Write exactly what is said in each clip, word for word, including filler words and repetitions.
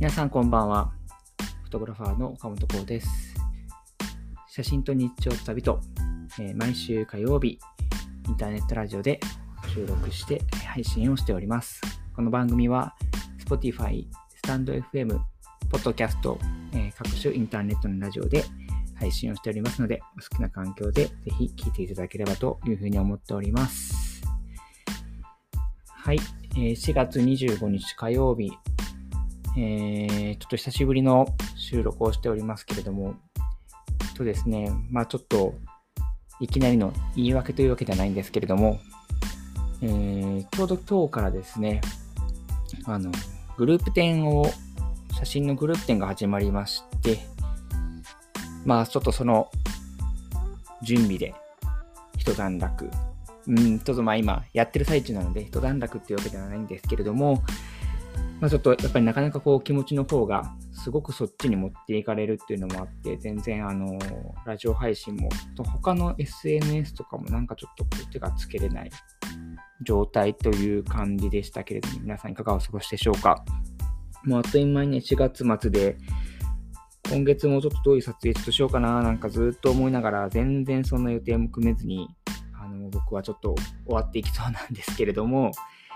皆さんこんばんは。フォトグラファーの岡本光です。写真と日常と旅と、えー、毎週火曜日インターネットラジオで収録して配信をしております。この番組は Spotify、スタンド エフエム、ポッドキャスト、えー、各種インターネットのラジオで配信をしておりますので、お好きな環境でぜひ聞いていただければというふうに思っております。はい、えー、しがつにじゅうごにち火曜日、えー、ちょっと久しぶりの収録をしておりますけれども、とですね、まあちょっといきなりの言い訳というわけではないんですけれども、えー、ちょうど今日からですね、あのグループ展を写真のグループ展が始まりまして、まあちょっとその準備で一段落、うんちょっとまあ今やってる最中なので一段落っていうわけではないんですけれども、まあ、ちょっとやっぱりなかなかこう気持ちの方がすごくそっちに持っていかれるっていうのもあって、全然あのラジオ配信も他の エスエヌエス とかもなんかちょっと手がつけれない状態という感じでしたけれども、皆さんいかがお過ごしでしょうか。もうあっという間にねしがつ末で、今月もちょっとどういう撮影ちょっとしようかななんかずっと思いながら、全然そんな予定も組めずにあの僕はちょっと終わっていきそうなんですけれども、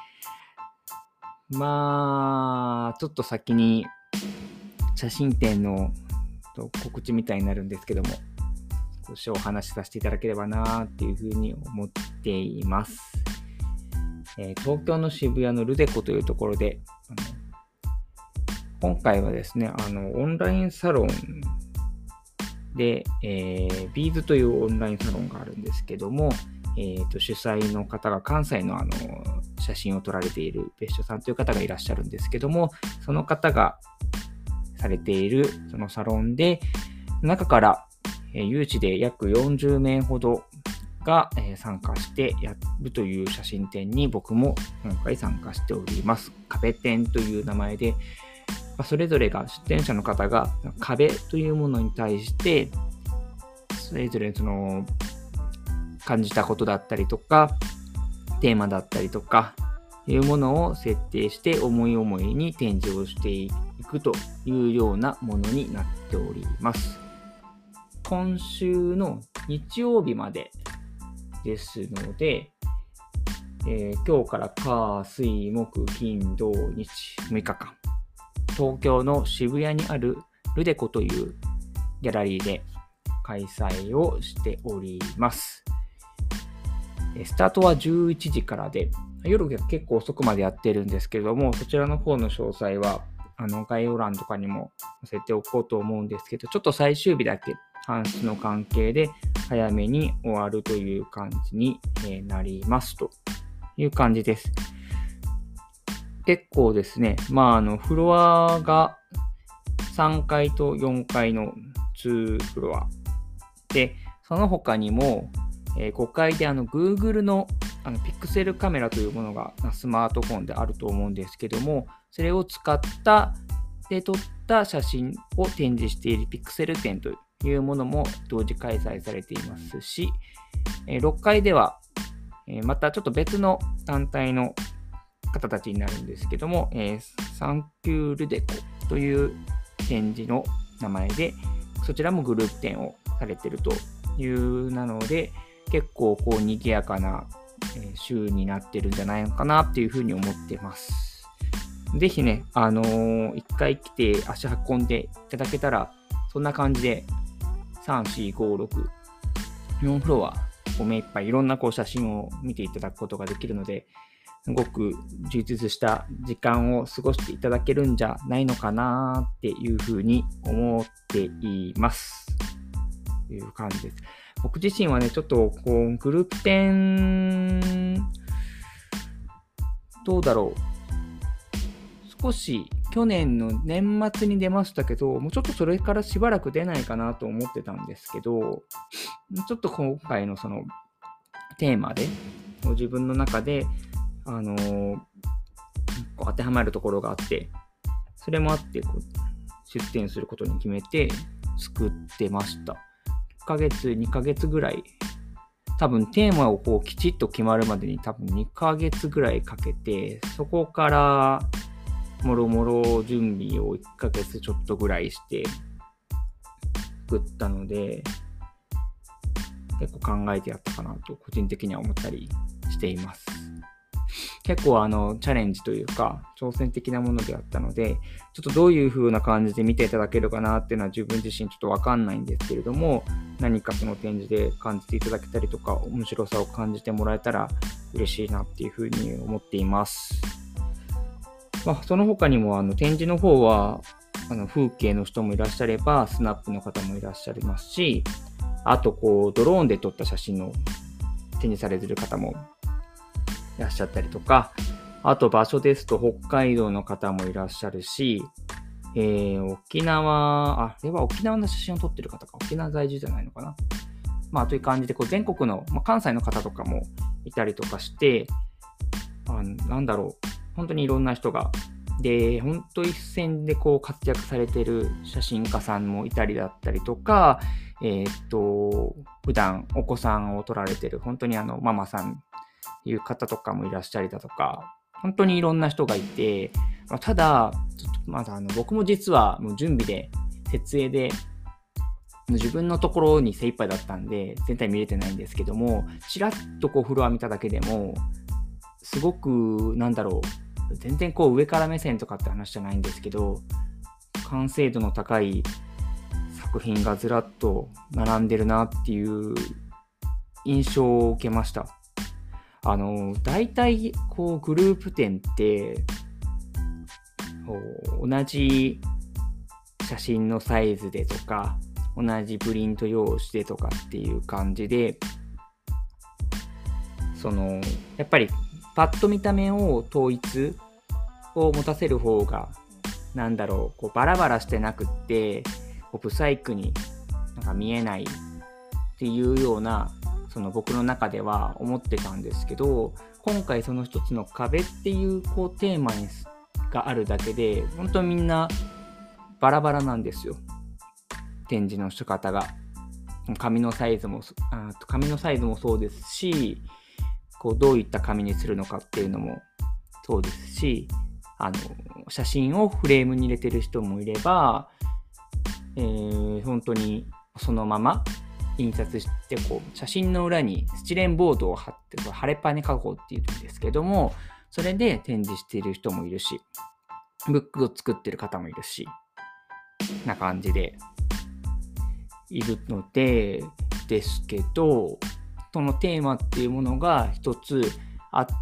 まあちょっと先に写真展の告知みたいになるんですけども、少しお話しさせていただければなっていうふうに思っています。えー、東京の渋谷のルデコというところで、あの今回はですね、あのオンラインサロンで、えー、ビーズというオンラインサロンがあるんですけども、えー、と主催の方が関西のあの写真を撮られている別所さんという方がいらっしゃるんですけども、その方がされているそのサロンで、中から、えー、有志で約よんじゅうめいほどが、えー、参加してやるという写真展に僕も今回参加しております。壁展という名前で、まあ、それぞれが出展者の方が壁というものに対してそれぞれその感じたことだったりとかテーマだったりとかいうものを設定して思い思いに展示をしていくというようなものになっております。今週の日曜日までですので、えー、今日から火水木金土日むいかかん、東京の渋谷にあるルデコというギャラリーで開催をしております。スタートはじゅういちじからで、夜が結構遅くまでやってるんですけれども、そちらの方の詳細はあの概要欄とかにも載せておこうと思うんですけど、ちょっと最終日だけ搬出の関係で早めに終わるという感じになりますという感じです。結構ですね、まああのフロアがさんがいとよんかいのにフロアで、その他にもごかいであの Google の, あのピクセルカメラというものがスマートフォンであると思うんですけども、それを使ったで撮った写真を展示しているピクセル展というものも同時開催されていますし、ろっかいではまたちょっと別の団体の方たちになるんですけども、サンキュールデコという展示の名前で、そちらもグループ展をされているというなので、結構こう賑やかな週になってるんじゃないのかなっていうふうに思ってます。ぜひね、あのー、一回来て足運んでいただけたら、そんな感じでさん、よん、ご、ろく、よんフロアごめいっぱいいろんなこう写真を見ていただくことができるので、すごく充実した時間を過ごしていただけるんじゃないのかなっていうふうに思っていますという感じです。僕自身はね、ちょっとこうグループ展どうだろう、少し去年の年末に出ましたけど、もうちょっとそれからしばらく出ないかなと思ってたんですけど、ちょっと今回のそのテーマで自分の中であのー、こう当てはまるところがあって、それもあってこう出展することに決めて作ってました。いっかげつ、にかげつぐらい、多分テーマをこうきちっと決まるまでに多分にかげつぐらいかけて、そこからもろもろ準備をいっかげつちょっとぐらいして作ったので、結構考えてやったかなと個人的には思ったりしています。結構あのチャレンジというか挑戦的なものであったので、ちょっとどういう風な感じで見ていただけるかなっていうのは自分自身ちょっとわかんないんですけれども、何かその展示で感じていただけたりとか面白さを感じてもらえたら嬉しいなっていう風に思っています。まあ、その他にもあの展示の方はあの風景の人もいらっしゃればスナップの方もいらっしゃいますし、あとこうドローンで撮った写真の展示されている方もいらっしゃったりとか、あと場所ですと北海道の方もいらっしゃるし、えー、沖縄、あ、あれは沖縄の写真を撮ってる方か、沖縄在住じゃないのかな。まあという感じでこう全国の、まあ、関西の方とかもいたりとかして、あなんだろう、本当にいろんな人が、で、本当一線でこう活躍されている写真家さんもいたりだったりとか、えー、っと、普段お子さんを撮られている本当にあのママさんいう方とかもいらっしゃりだとか、本当にいろんな人がいて、ただ、ちょっとまだあの僕も実はもう準備で、設営で、自分のところに精一杯だったんで、全体見れてないんですけども、ちらっとこうフロア見ただけでも、すごく、なんだろう、全然こう上から目線とかって話じゃないんですけど、完成度の高い作品がずらっと並んでるなっていう印象を受けました。あの大体こうグループ展って同じ写真のサイズでとか同じプリント用紙でとかっていう感じで、そのやっぱりパッと見た目を統一を持たせる方がなんだろう、こうバラバラしてなくってこうブサイクになんか見えないっていうような、その僕の中では思ってたんですけど、今回その一つの壁っていうこうテーマにがあるだけで本当にみんなバラバラなんですよ。展示の仕方が紙のサイズもあ紙のサイズもそうですし、こうどういった紙にするのかっていうのもそうですし、あの写真をフレームに入れてる人もいれば、えー、本当にそのまま印刷してこう写真の裏にスチレンボードを貼って貼れパネ加工っていうんですけども、それで展示している人もいるし、ブックを作ってる方もいるしな感じでいるのでですけど、そのテーマっていうものが一つあって、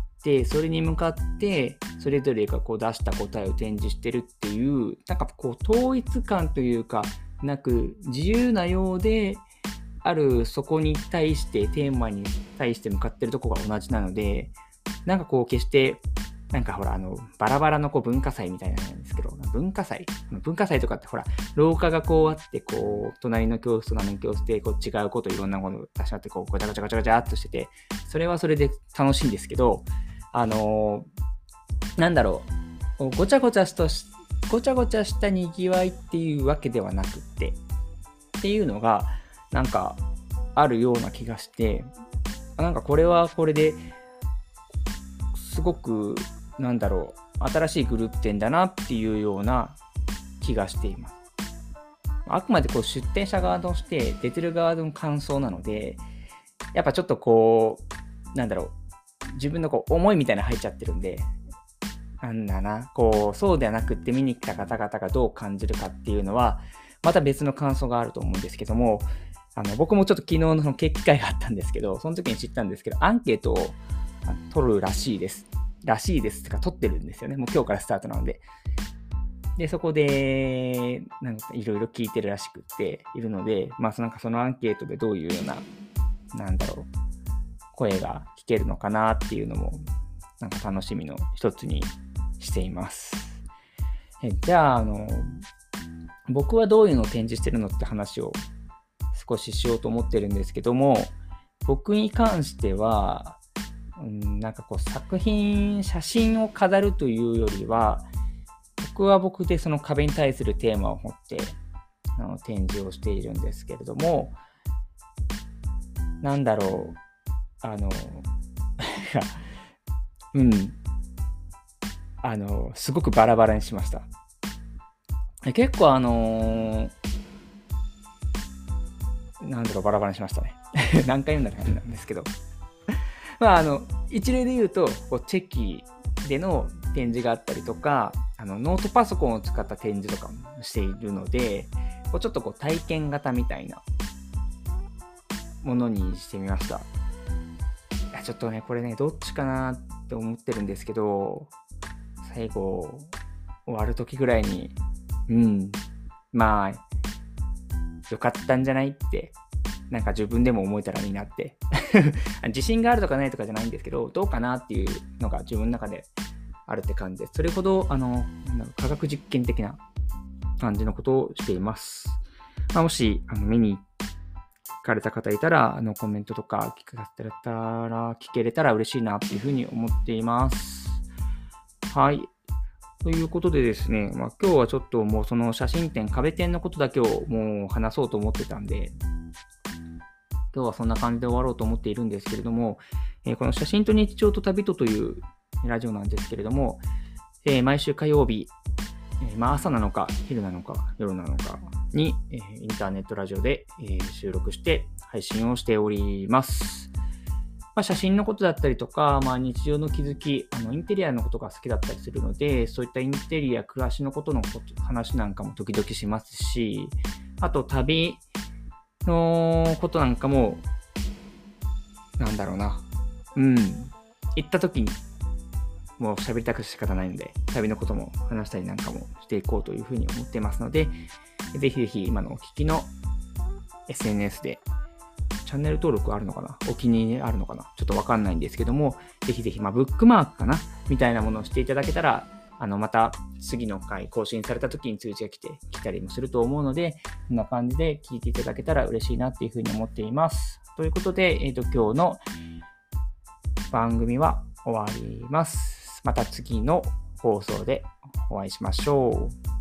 それに向かってそれぞれがこう出した答えを展示してるっていう、なんかこう統一感というかなく自由なようである、そこに対してテーマに対して向かってるところが同じなので、なんかこう決してなんかほらあのバラバラのこう文化祭みたいなんですけど、文化祭文化祭とかってほら廊下がこうあって、こう隣の教室と隣の教室でこう違うこといろんなものを出し合ってこうガチャガチャガチャガチャっとしてて、それはそれで楽しいんですけど、あのー、なんだろう、ごちゃごちゃとしごちゃごちゃしたにぎわいっていうわけではなくってっていうのがなんかあるような気がして、なんかこれはこれですごくなんだろう、新しいグループ展だなっていうような気がしています。あくまでこう出展者側として出てる側の感想なので、やっぱちょっとこうなんだろう、自分のこう思いみたいなの入っちゃってるんで、なんだな、こうそうではなくって見に来た方々がどう感じるかっていうのはまた別の感想があると思うんですけども、あの僕もちょっと昨日の機会があったんですけど、その時に知ったんですけど、アンケートを取るらしいですらしいですってか取ってるんですよね。もう今日からスタートなので、でそこでなんかいろいろ聞いてるらしくっているので、まあなんかそのアンケートでどういうようななんだろう声が聞けるのかなっていうのもなんか楽しみの一つにしています。えじゃああの僕はどういうのを展示してるのって話を少ししようと思ってるんですけども、僕に関しては、うん、なんかこう作品写真を飾るというよりは、僕は僕でその壁に対するテーマを持ってあの展示をしているんですけれども、なんだろうあのうんあの、すごくバラバラにしました。結構あのー、なんとかバラバラにしましたね。何回言うんだろうなんですけど。まあ、あの、一例で言うと、こうチェキでの展示があったりとか、あのノートパソコンを使った展示とかもしているので、こうちょっとこう体験型みたいなものにしてみました。いやちょっとね、これね、どっちかなって思ってるんですけど、最後、終わる時ぐらいに、うん、まあ、よかったんじゃないって、なんか自分でも思えたらいいなって。自信があるとかないとかじゃないんですけど、どうかなっていうのが自分の中であるって感じで、それほど、あの、科学実験的な感じのことをしています。まあ、もし、あの、見に行かれた方いたら、あの、コメントとか聞かせたら、聞けれたら嬉しいなっていうふうに思っています。はい。ということでですね、まあ、今日はちょっともうその写真展、壁展のことだけをもう話そうと思ってたんで、今日はそんな感じで終わろうと思っているんですけれども、えー、この写真と日常と旅とというラジオなんですけれども、えー、毎週火曜日、えー、まあ朝なのか昼なのか夜なのかに、えー、インターネットラジオで、えー、収録して配信をしております。まあ、写真のことだったりとか、まあ、日常の気づき、あのインテリアのことが好きだったりするので、そういったインテリア、暮らしのことのこと話なんかも時々しますし、あと旅のことなんかも、なんだろうな、うん、行った時にもう喋りたく仕方ないので、旅のことも話したりなんかもしていこうというふうに思っていますので、ぜひぜひ今のお聞きの エスエヌエス で、チャンネル登録あるのかな、お気に入りあるのかな、ちょっとわかんないんですけども、ぜひぜひ、まあ、ブックマークかなみたいなものをしていただけたら、あのまた次の回更新された時に通知が来て来たりもすると思うので、こんな感じで聞いていただけたら嬉しいなっていうふうに思っています。ということで、えーと、今日の番組は終わります。また次の放送でお会いしましょう。